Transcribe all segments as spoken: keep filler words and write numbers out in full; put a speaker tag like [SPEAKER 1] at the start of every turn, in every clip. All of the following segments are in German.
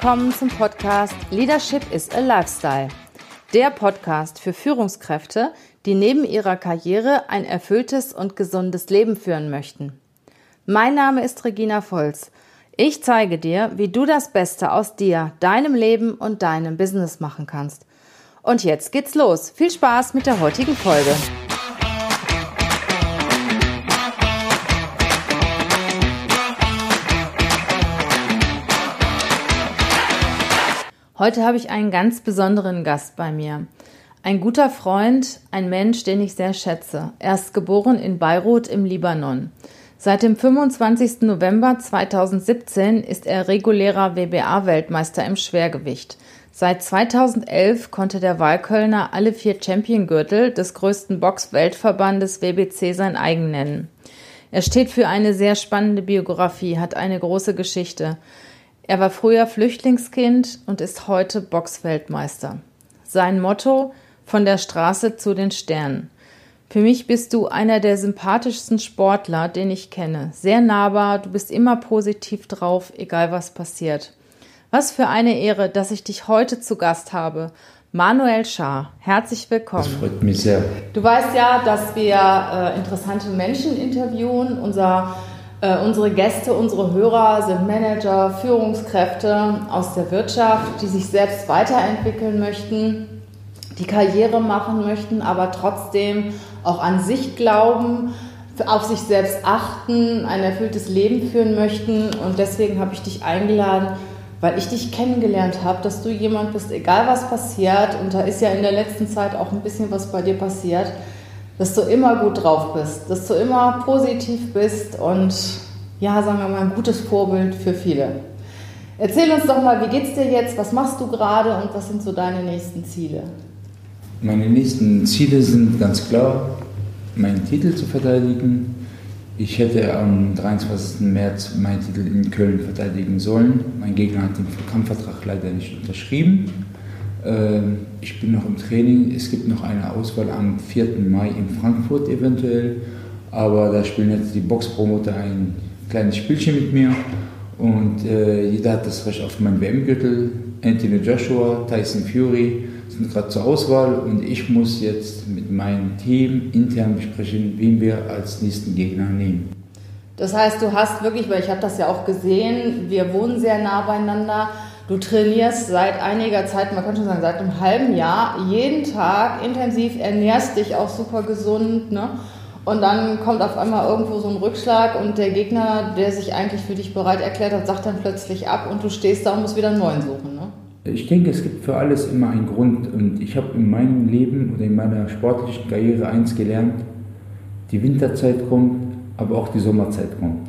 [SPEAKER 1] willkommen zum Podcast Leadership is a Lifestyle. Der Podcast für Führungskräfte, die neben ihrer Karriere ein erfülltes und gesundes Leben führen möchten. Mein Name ist Regina Volz. Ich zeige dir, wie du das Beste aus dir, deinem Leben und deinem Business machen kannst. Und jetzt geht's los. Viel Spaß mit der heutigen Folge. Heute habe ich einen ganz besonderen Gast bei mir. Ein guter Freund, ein Mensch, den ich sehr schätze. Er ist geboren in Beirut im Libanon. Seit dem fünfundzwanzigsten November zweitausendsiebzehn ist er regulärer W B A-Weltmeister im Schwergewicht. Seit zweitausendelf konnte der Wahlkölner alle vier Champion-Gürtel des größten Box-Weltverbandes W B C sein eigen nennen. Er steht für eine sehr spannende Biografie, hat eine große Geschichte. Er war früher Flüchtlingskind und ist heute Boxweltmeister. Sein Motto: von der Straße zu den Sternen. Für mich bist du einer der sympathischsten Sportler, den ich kenne. Sehr nahbar, du bist immer positiv drauf, egal was passiert. Was für eine Ehre, dass ich dich heute zu Gast habe. Manuel Schaar, herzlich willkommen.
[SPEAKER 2] Das freut mich sehr.
[SPEAKER 1] Du weißt ja, dass wir äh, interessante Menschen interviewen. Unser Unsere Gäste, unsere Hörer sind Manager, Führungskräfte aus der Wirtschaft, die sich selbst weiterentwickeln möchten, die Karriere machen möchten, aber trotzdem auch an sich glauben, auf sich selbst achten, ein erfülltes Leben führen möchten. Und deswegen habe ich dich eingeladen, weil ich dich kennengelernt habe, dass du jemand bist, egal was passiert, und da ist ja in der letzten Zeit auch ein bisschen was bei dir passiert, dass du immer gut drauf bist, dass du immer positiv bist und, ja, sagen wir mal, ein gutes Vorbild für viele. Erzähl uns doch mal, wie geht's dir jetzt, was machst du gerade und was sind so deine nächsten Ziele?
[SPEAKER 2] Meine nächsten Ziele sind ganz klar, meinen Titel zu verteidigen. Ich hätte am dreiundzwanzigsten März meinen Titel in Köln verteidigen sollen. Mein Gegner hat den Kampfvertrag leider nicht unterschrieben. Ich bin noch im Training, es gibt noch eine Auswahl am vierten Mai in Frankfurt eventuell, aber da spielen jetzt die Boxpromoter ein kleines Spielchen mit mir und äh, jeder hat das Recht auf meinen W M-Gürtel. Anthony Joshua, Tyson Fury sind gerade zur Auswahl und ich muss jetzt mit meinem Team intern besprechen, wen wir als nächsten Gegner nehmen.
[SPEAKER 1] Das heißt, du hast wirklich, weil ich habe das ja auch gesehen, wir wohnen sehr nah beieinander. Du trainierst seit einiger Zeit, man kann schon sagen, seit einem halben Jahr, jeden Tag intensiv, ernährst dich auch super gesund, ne? Und dann kommt auf einmal irgendwo so ein Rückschlag und der Gegner, der sich eigentlich für dich bereit erklärt hat, sagt dann plötzlich ab und du stehst da und musst wieder einen neuen suchen, ne?
[SPEAKER 2] Ich denke, es gibt für alles immer einen Grund und ich habe in meinem Leben oder in meiner sportlichen Karriere eins gelernt: die Winterzeit kommt, aber auch die Sommerzeit kommt.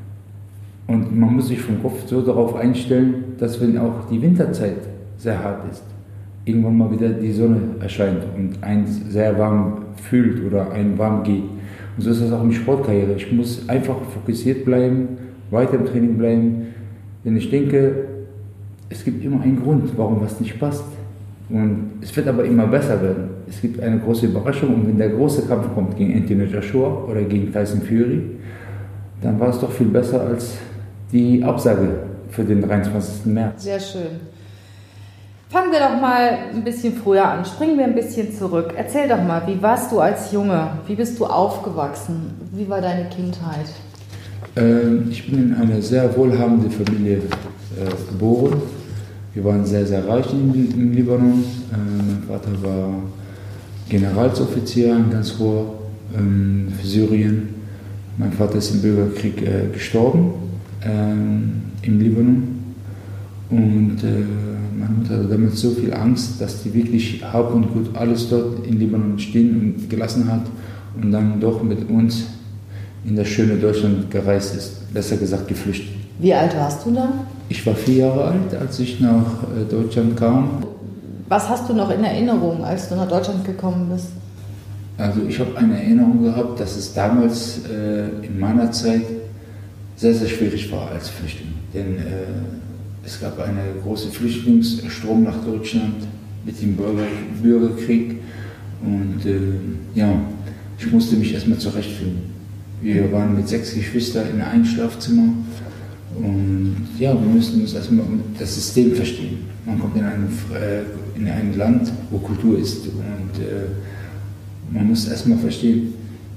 [SPEAKER 2] Und man muss sich vom Kopf so darauf einstellen, dass wenn auch die Winterzeit sehr hart ist, irgendwann mal wieder die Sonne erscheint und einen sehr warm fühlt oder einen warm geht. Und so ist das auch in der Sportkarriere. Ich muss einfach fokussiert bleiben, weiter im Training bleiben, denn ich denke, es gibt immer einen Grund, warum was nicht passt. Und es wird aber immer besser werden. Es gibt eine große Überraschung und wenn der große Kampf kommt gegen Anthony Joshua oder gegen Tyson Fury, dann war es doch viel besser als die Absage für den dreiundzwanzigsten März.
[SPEAKER 1] Sehr schön. Fangen wir doch mal ein bisschen früher an. Springen wir ein bisschen zurück. Erzähl doch mal, wie warst du als Junge? Wie bist du aufgewachsen? Wie war deine Kindheit?
[SPEAKER 2] Ähm, ich bin in einer sehr wohlhabenden Familie äh, geboren. Wir waren sehr, sehr reich im, im Libanon. Äh, mein Vater war Generalsoffizier, ein ganz hoher, ähm, für Syrien. Mein Vater ist im Bürgerkrieg äh, gestorben. Ähm, im Libanon und äh, meine Mutter hatte damals so viel Angst, dass die wirklich Hab und Gut alles dort in Libanon stehen und gelassen hat und dann doch mit uns in das schöne Deutschland gereist ist, besser gesagt geflüchtet.
[SPEAKER 1] Wie alt warst du da?
[SPEAKER 2] Ich war vier Jahre alt, als ich nach äh, Deutschland kam.
[SPEAKER 1] Was hast du noch in Erinnerung, als du nach Deutschland gekommen bist?
[SPEAKER 2] Also ich habe eine Erinnerung gehabt, dass es damals äh, in meiner Zeit sehr, sehr schwierig war als Flüchtling. Denn äh, es gab einen großen Flüchtlingsstrom nach Deutschland mit dem Bürger, Bürgerkrieg. Und äh, ja, ich musste mich erstmal zurechtfinden. Wir waren mit sechs Geschwistern in einem Schlafzimmer Und ja, wir müssen uns erstmal das System verstehen. Man kommt in ein, äh, in ein Land, wo Kultur ist und äh, man muss erstmal verstehen,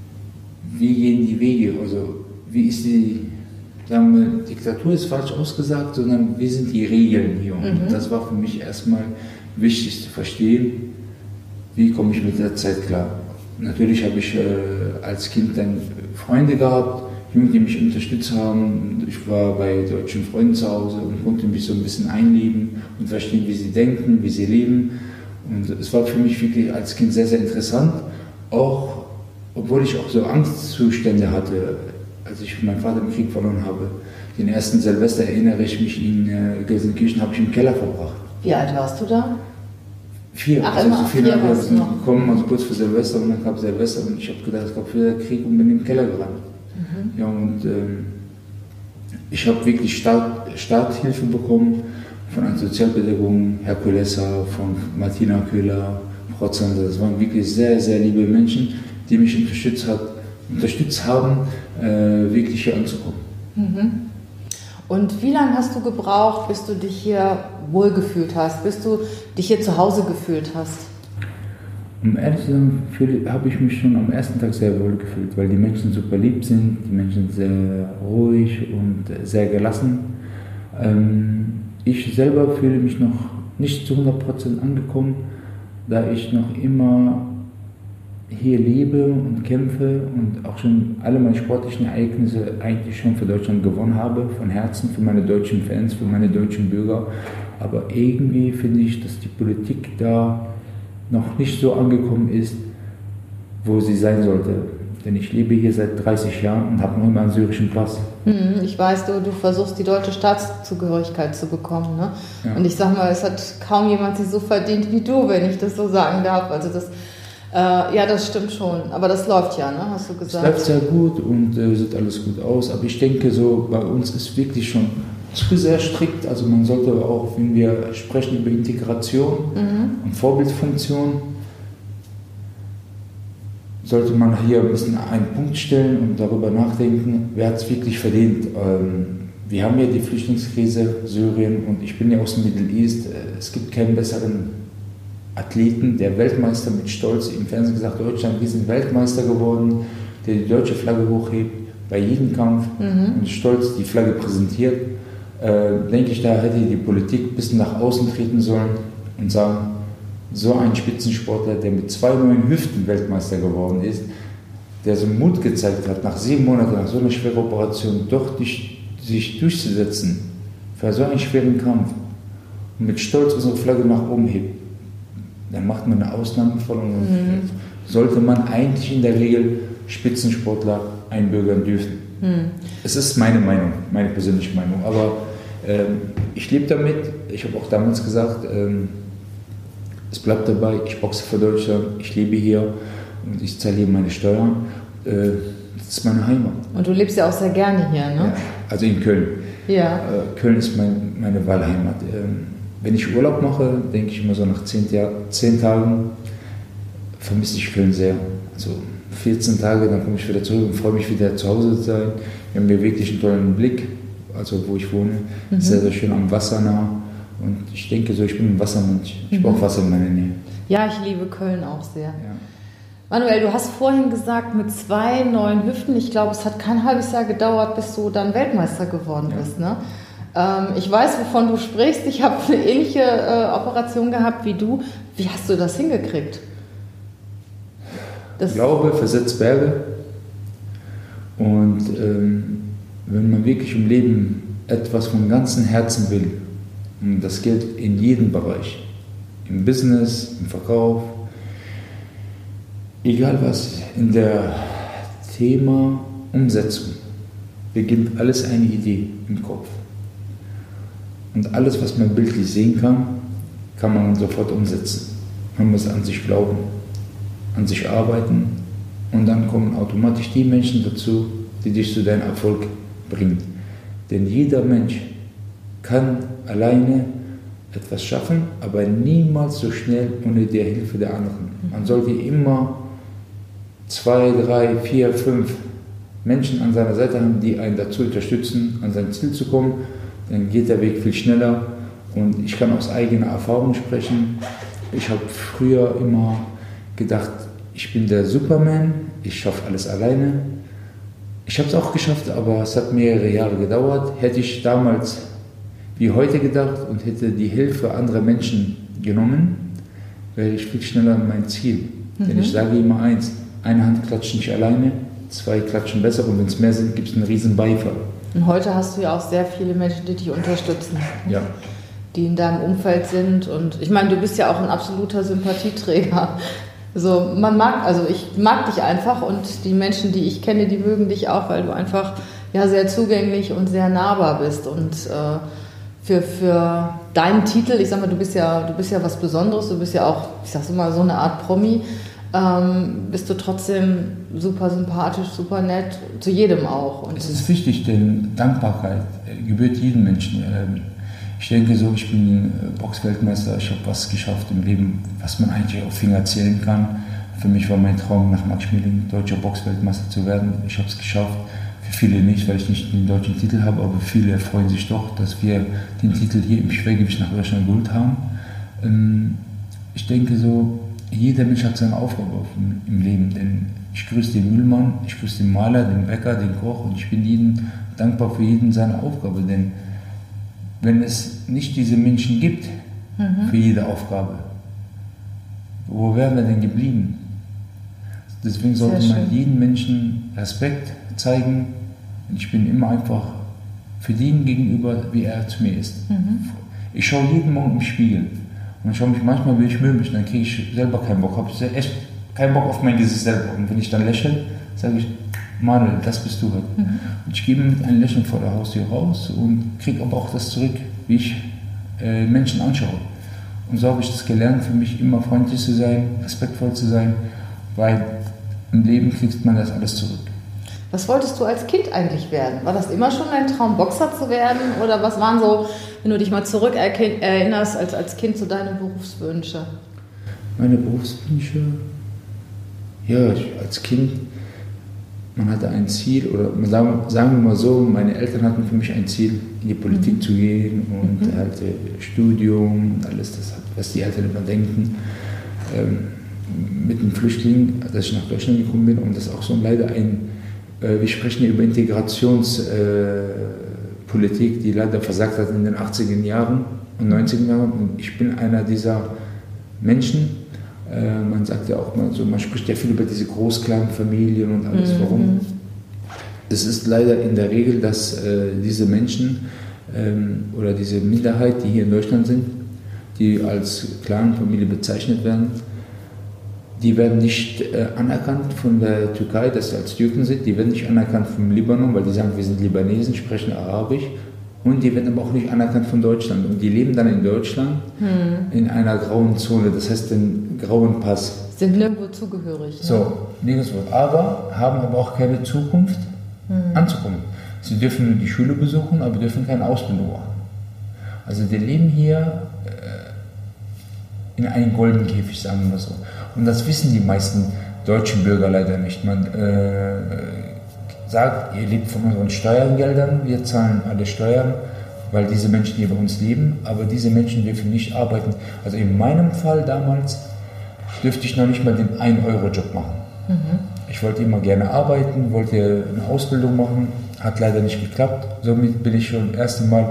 [SPEAKER 2] wie gehen die Wege, also wie ist die, sagen wir, Diktatur ist falsch ausgesagt, sondern wie sind die Regeln hier. Und mhm. das war für mich erstmal wichtig zu verstehen, wie komme ich mit der Zeit klar. Natürlich habe ich äh, als Kind dann Freunde gehabt, Jungs, die mich unterstützt haben. Ich war bei deutschen Freunden zu Hause und konnte mich so ein bisschen einleben und verstehen, wie sie denken, wie sie leben. Und es war für mich wirklich als Kind sehr, sehr interessant, auch obwohl ich auch so Angstzustände hatte, als ich meinen Vater im Krieg verloren habe. Den ersten Silvester erinnere ich mich, in äh, Gelsenkirchen habe ich im Keller verbracht.
[SPEAKER 1] Wie alt warst du da?
[SPEAKER 2] Vier.
[SPEAKER 1] Ach,
[SPEAKER 2] also
[SPEAKER 1] immer
[SPEAKER 2] so vier
[SPEAKER 1] vier
[SPEAKER 2] Jahre
[SPEAKER 1] warst du noch.
[SPEAKER 2] gekommen, also kurz vor Silvester, und dann kam Silvester und ich habe gedacht, es gab wieder Krieg und bin im Keller gerannt. Mhm. Ja, und ähm, ich habe wirklich Start, Starthilfe bekommen von einer Sozialpädagogin, Herr Kulessa, von Martina Köhler, Frau Zander. Das waren wirklich sehr, sehr liebe Menschen, die mich unterstützt, hat, unterstützt haben, äh, wirklich hier anzukommen.
[SPEAKER 1] Mhm. Und wie lange hast du gebraucht, bis du dich hier wohlgefühlt hast, bis du dich hier zu Hause gefühlt hast?
[SPEAKER 2] Um ehrlich zu sein, habe ich mich schon am ersten Tag sehr wohl gefühlt, weil die Menschen super lieb sind, die Menschen sehr ruhig und sehr gelassen. Ähm, ich selber fühle mich noch nicht zu hundert Prozent angekommen, da ich noch immer hier lebe und kämpfe und auch schon alle meine sportlichen Ereignisse eigentlich schon für Deutschland gewonnen habe, von Herzen, für meine deutschen Fans, für meine deutschen Bürger. Aber irgendwie finde ich, dass die Politik da noch nicht so angekommen ist, wo sie sein sollte. Denn ich lebe hier seit dreißig Jahren und habe noch immer einen syrischen Pass.
[SPEAKER 1] Ich weiß, du, du versuchst die deutsche Staatszugehörigkeit zu bekommen. Ne? Ja. Und ich sag mal, es hat kaum jemand sich so verdient wie du, wenn ich das so sagen darf. Also das Äh, ja, das stimmt schon, aber das läuft ja, ne? Hast du gesagt?
[SPEAKER 2] Es läuft sehr gut und äh, sieht alles gut aus, aber ich denke so, bei uns ist wirklich schon zu sehr strikt, also man sollte auch, wenn wir sprechen über Integration mhm. und Vorbildfunktion, sollte man hier ein bisschen einen Punkt stellen und darüber nachdenken, wer hat es wirklich verdient. Ähm, wir haben ja die Flüchtlingskrise Syrien und ich bin ja aus dem Middle East, es gibt keinen besseren Athleten, der Weltmeister mit Stolz im Fernsehen gesagt, Deutschland, wir sind Weltmeister geworden, der die deutsche Flagge hochhebt, bei jedem Kampf mhm. und stolz die Flagge präsentiert, äh, denke ich, da hätte die Politik ein bisschen nach außen treten sollen und sagen, so ein Spitzensportler, der mit zwei neuen Hüften Weltmeister geworden ist, der so Mut gezeigt hat, nach sieben Monaten, nach so einer schweren Operation, doch die, sich durchzusetzen für so einen schweren Kampf und mit Stolz unsere Flagge nach oben hebt, dann macht man eine Ausnahme von und mhm. sollte man eigentlich in der Regel Spitzensportler einbürgern dürfen. Mhm. Es ist meine Meinung, meine persönliche Meinung, aber ähm, ich lebe damit. Ich habe auch damals gesagt, ähm, es bleibt dabei, ich boxe für Deutschland, ich lebe hier und ich zahle hier meine Steuern. Äh, das ist meine Heimat.
[SPEAKER 1] Und du lebst ja auch sehr gerne hier, ne?
[SPEAKER 2] Ja, also in Köln.
[SPEAKER 1] Ja.
[SPEAKER 2] Äh, Köln ist mein, meine Wahlheimat. Ähm, Wenn ich Urlaub mache, denke ich immer so nach zehn, Jahr, zehn Tagen vermisse ich Köln sehr. Also vierzehn Tage, dann komme ich wieder zurück und freue mich wieder zu Hause zu sein. Wir haben hier wirklich einen tollen Blick, also wo ich wohne. Mhm. Sehr, sehr schön am Wasser nah. Und ich denke so, ich bin ein Wassermensch. Ich mhm. brauche Wasser in meiner Nähe.
[SPEAKER 1] Ja, ich liebe Köln auch sehr.
[SPEAKER 2] Ja.
[SPEAKER 1] Manuel, du hast vorhin gesagt, mit zwei neuen Hüften, ich glaube, es hat kein halbes Jahr gedauert, bis du dann Weltmeister geworden ja. bist, ne? Ich weiß, wovon du sprichst. Ich habe eine ähnliche äh, Operation gehabt wie du. Wie hast du das hingekriegt?
[SPEAKER 2] Das Glaube versetzt Berge. Und ähm, wenn man wirklich im Leben etwas von ganzem Herzen will, und das gilt in jedem Bereich, im Business, im Verkauf, egal was, in der Thema Umsetzung, beginnt alles eine Idee im Kopf. Und alles, was man bildlich sehen kann, kann man sofort umsetzen. Man muss an sich glauben, an sich arbeiten und dann kommen automatisch die Menschen dazu, die dich zu deinem Erfolg bringen. Denn jeder Mensch kann alleine etwas schaffen, aber niemals so schnell ohne die Hilfe der anderen. Man sollte immer zwei, drei, vier, fünf Menschen an seiner Seite haben, die einen dazu unterstützen, an sein Ziel zu kommen, dann geht der Weg viel schneller. Und ich kann aus eigener Erfahrung sprechen. Ich habe früher immer gedacht, ich bin der Superman, ich schaffe alles alleine. Ich habe es auch geschafft, aber es hat mehrere Jahre gedauert. Hätte ich damals wie heute gedacht und hätte die Hilfe anderer Menschen genommen, wäre ich viel schneller an mein Ziel. Mhm. Denn ich sage immer eins, eine Hand klatscht nicht alleine, zwei klatschen besser und wenn es mehr sind, gibt es einen riesen Beifall.
[SPEAKER 1] Und heute hast du ja auch sehr viele Menschen, die dich unterstützen.
[SPEAKER 2] Ja.
[SPEAKER 1] Die in deinem Umfeld sind und ich meine, du bist ja auch ein absoluter Sympathieträger. Also man mag, also ich mag dich einfach und die Menschen, die ich kenne, die mögen dich auch, weil du einfach ja sehr zugänglich und sehr nahbar bist und äh, für, für deinen Titel, ich sag mal, du bist ja, du bist ja was Besonderes, du bist ja auch, ich sag's immer, so eine Art Promi, ähm, bist du trotzdem super sympathisch, super nett, zu jedem auch. Und
[SPEAKER 2] es ist wichtig, denn Dankbarkeit gebührt jedem Menschen. Ich denke so, ich bin Boxweltmeister, ich habe was geschafft im Leben, was man eigentlich auf Finger zählen kann. Für mich war mein Traum, nach Max Schmeling deutscher Boxweltmeister zu werden. Ich habe es geschafft, für viele nicht, weil ich nicht den deutschen Titel habe, aber viele freuen sich doch, dass wir den Titel hier im Schwergewicht nach Deutschland geholt haben. Ich denke so, jeder Mensch hat seine Aufgabe im Leben, denn ich grüße den Müllmann, ich grüße den Maler, den Bäcker, den Koch und ich bin jedem dankbar für jeden seine Aufgabe, denn wenn es nicht diese Menschen gibt, mhm. für jede Aufgabe, wo wären wir denn geblieben? Deswegen sollte man jedem Menschen Respekt zeigen. Und ich bin immer einfach für den gegenüber, wie er zu mir ist. Mhm. Ich schaue jeden Morgen im Spiegel und ich schaue mich manchmal, wie ich müde mich, dann kriege ich selber keinen Bock, habe echt keinen Bock auf mein Gesicht selber. Und wenn ich dann lächle, sage ich, Manuel, das bist du heute. Mhm. Und ich gehe mit einem Lächeln vor der Haustür raus und kriege aber auch das zurück, wie ich äh, Menschen anschaue. Und so habe ich das gelernt, für mich immer freundlich zu sein, respektvoll zu sein, weil im Leben kriegt man das alles zurück.
[SPEAKER 1] Was wolltest du als Kind eigentlich werden? War das immer schon dein Traum, Boxer zu werden? Oder was waren so, wenn du dich mal zurück erinnerst, als, als Kind so deine Berufswünsche?
[SPEAKER 2] Meine Berufswünsche? Ja, ich, als Kind, man hatte ein Ziel, oder sagen, sagen wir mal so, meine Eltern hatten für mich ein Ziel, in die Politik mhm. zu gehen und mhm. halt äh, Studium und alles, das, was die Eltern immer denken. Ähm, mit den Flüchtlingen, dass ich nach Deutschland gekommen bin und das ist auch so leider ein, äh, wir sprechen hier über Integrationspolitik, äh, die leider versagt hat in den achtziger Jahren und neunziger Jahren und ich bin einer dieser Menschen. Äh, man sagt ja auch mal so, man spricht ja viel über diese Großkleinfamilien und alles, mhm. warum? Es ist leider in der Regel, dass äh, diese Menschen ähm, oder diese Minderheit, die hier in Deutschland sind, die als Clanfamilie bezeichnet werden, die werden nicht äh, anerkannt von der Türkei, dass sie als Türken sind, die werden nicht anerkannt vom Libanon, weil die sagen, wir sind Libanesen, sprechen Arabisch. Und die werden aber auch nicht anerkannt von Deutschland. Und die leben dann in Deutschland hm. in einer grauen Zone, das heißt den grauen Pass.
[SPEAKER 1] Sind nirgendwo zugehörig.
[SPEAKER 2] So, ne? Nirgendwo. Aber haben aber auch keine Zukunft hm. anzukommen. Sie dürfen nur die Schule besuchen, aber dürfen keine Ausbildung machen. Also die leben hier äh, in einem goldenen Käfig, sagen wir so. Und das wissen die meisten deutschen Bürger leider nicht. Man äh, sagt, ihr lebt von unseren Steuergeldern, wir zahlen alle Steuern, weil diese Menschen hier bei uns leben, aber diese Menschen dürfen nicht arbeiten. Also in meinem Fall damals dürfte ich noch nicht mal den ein Euro Job machen. Mhm. Ich wollte immer gerne arbeiten, wollte eine Ausbildung machen, hat leider nicht geklappt. Somit bin ich schon das erste Mal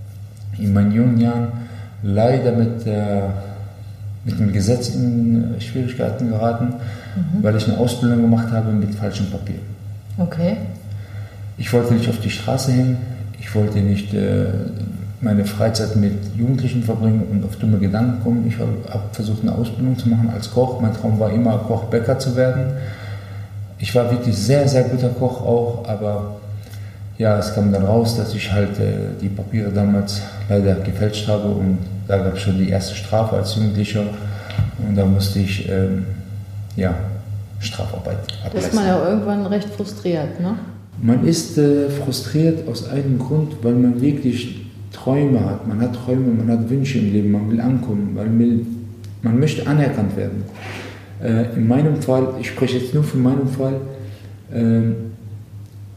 [SPEAKER 2] in meinen jungen Jahren leider mit, äh, mit dem Gesetz in Schwierigkeiten geraten, mhm. weil ich eine Ausbildung gemacht habe mit falschem Papier.
[SPEAKER 1] Okay.
[SPEAKER 2] Ich wollte nicht auf die Straße hängen, ich wollte nicht äh, meine Freizeit mit Jugendlichen verbringen und auf dumme Gedanken kommen. Ich habe versucht, eine Ausbildung zu machen als Koch. Mein Traum war immer, Koch-Bäcker zu werden. Ich war wirklich sehr, sehr guter Koch auch, aber ja, es kam dann raus, dass ich halt äh, die Papiere damals leider gefälscht habe und da gab es schon die erste Strafe als Jugendlicher und da musste ich ähm, ja, Strafarbeit ableisten.
[SPEAKER 1] Da ist man ja irgendwann recht frustriert, ne?
[SPEAKER 2] Man ist äh, frustriert aus einem Grund, weil man wirklich Träume hat. Man hat Träume, man hat Wünsche im Leben, man will ankommen, man, will, man möchte anerkannt werden. Äh, in meinem Fall, ich spreche jetzt nur von meinem Fall, äh,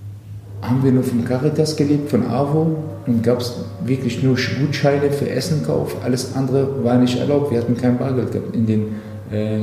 [SPEAKER 2] haben wir nur von Caritas gelebt, von AWO, und gab es wirklich nur Gutscheine für Essenkauf. Alles andere war nicht erlaubt. Wir hatten kein Bargeld gehabt in den äh,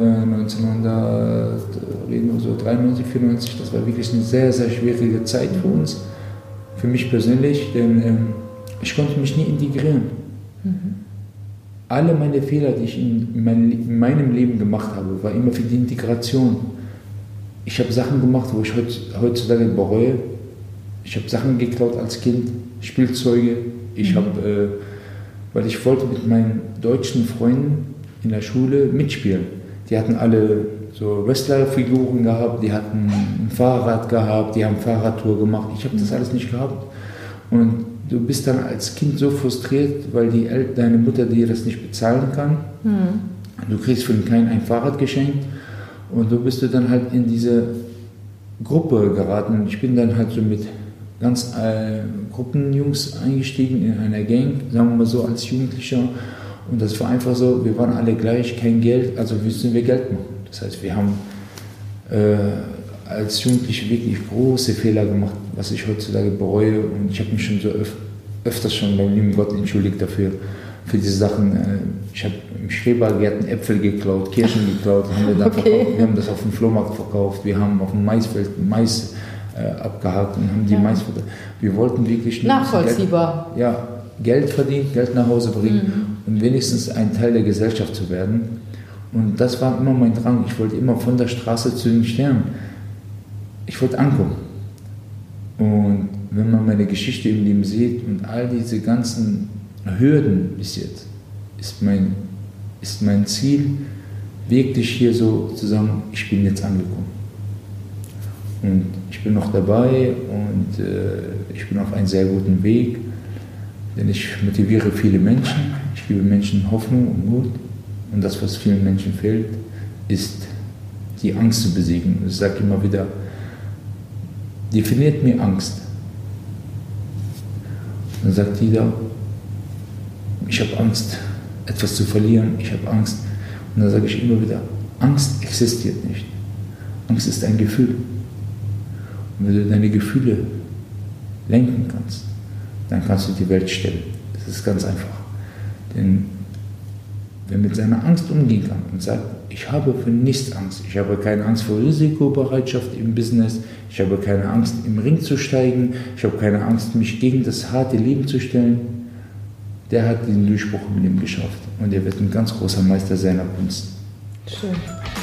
[SPEAKER 2] neunzehnhundertdreiundneunzig, vierundneunzig. Das war wirklich eine sehr, sehr schwierige Zeit für uns, für mich persönlich, denn ähm, ich konnte mich nie integrieren. Mhm. Alle meine Fehler, die ich in, mein, in meinem Leben gemacht habe, war immer für die Integration. Ich habe Sachen gemacht, wo ich heutzutage bereue. Ich habe Sachen geklaut als Kind, Spielzeuge. Ich mhm. habe, äh, weil ich wollte mit meinen deutschen Freunden in der Schule mitspielen. Die hatten alle so Wrestlerfiguren gehabt, die hatten ein Fahrrad gehabt, die haben Fahrradtour gemacht. Ich habe das alles nicht gehabt. Und du bist dann als Kind so frustriert, weil die El- deine Mutter dir das nicht bezahlen kann. Mhm. Du kriegst von keinem ein Fahrrad geschenkt. Und so bist du dann halt in diese Gruppe geraten. Ich bin dann halt so mit ganz äh, Gruppenjungs eingestiegen in einer Gang, sagen wir mal so, als Jugendlicher. Und das war einfach so, wir waren alle gleich, kein Geld, also müssen wir Geld machen. Das heißt, wir haben äh, als Jugendliche wirklich große Fehler gemacht, was ich heutzutage bereue. Und ich habe mich schon so öf- öfters schon beim lieben Gott entschuldigt dafür, für diese Sachen. Ich habe im Schrebergärten Äpfel geklaut, Kirschen geklaut, haben wir, dann okay. verkauft. Wir haben das auf dem Flohmarkt verkauft, wir haben auf dem Maisfeld Mais äh, abgehakt und haben die ja. Mais verkauft. Wir wollten wirklich
[SPEAKER 1] nachvollziehbar.
[SPEAKER 2] Geld, ja, Geld verdienen, Geld nach Hause bringen mhm. und wenigstens ein Teil der Gesellschaft zu werden. Und das war immer mein Drang. Ich wollte immer von der Straße zu den Sternen. Ich wollte ankommen. Und wenn man meine Geschichte im Leben sieht und all diese ganzen Hürden bis jetzt, ist mein, ist mein Ziel, wirklich hier so zu sagen, ich bin jetzt angekommen. Und ich bin noch dabei und äh, ich bin auf einem sehr guten Weg, denn ich motiviere viele Menschen, ich gebe Menschen Hoffnung und Mut. Und das, was vielen Menschen fehlt, ist die Angst zu besiegen. Ich sage immer wieder, definiert mir Angst. Dann sagt jeder, ich habe Angst, etwas zu verlieren, ich habe Angst. Und dann sage ich immer wieder, Angst existiert nicht. Angst ist ein Gefühl. Und wenn du deine Gefühle lenken kannst, dann kannst du die Welt stemmen. Das ist ganz einfach. Denn wer mit seiner Angst umgehen kann und sagt, ich habe für nichts Angst, ich habe keine Angst vor Risikobereitschaft im Business, ich habe keine Angst, im Ring zu steigen, ich habe keine Angst, mich gegen das harte Leben zu stellen, der hat den Durchbruch im Leben geschafft und er wird ein ganz großer Meister seiner Kunst.
[SPEAKER 1] Schön.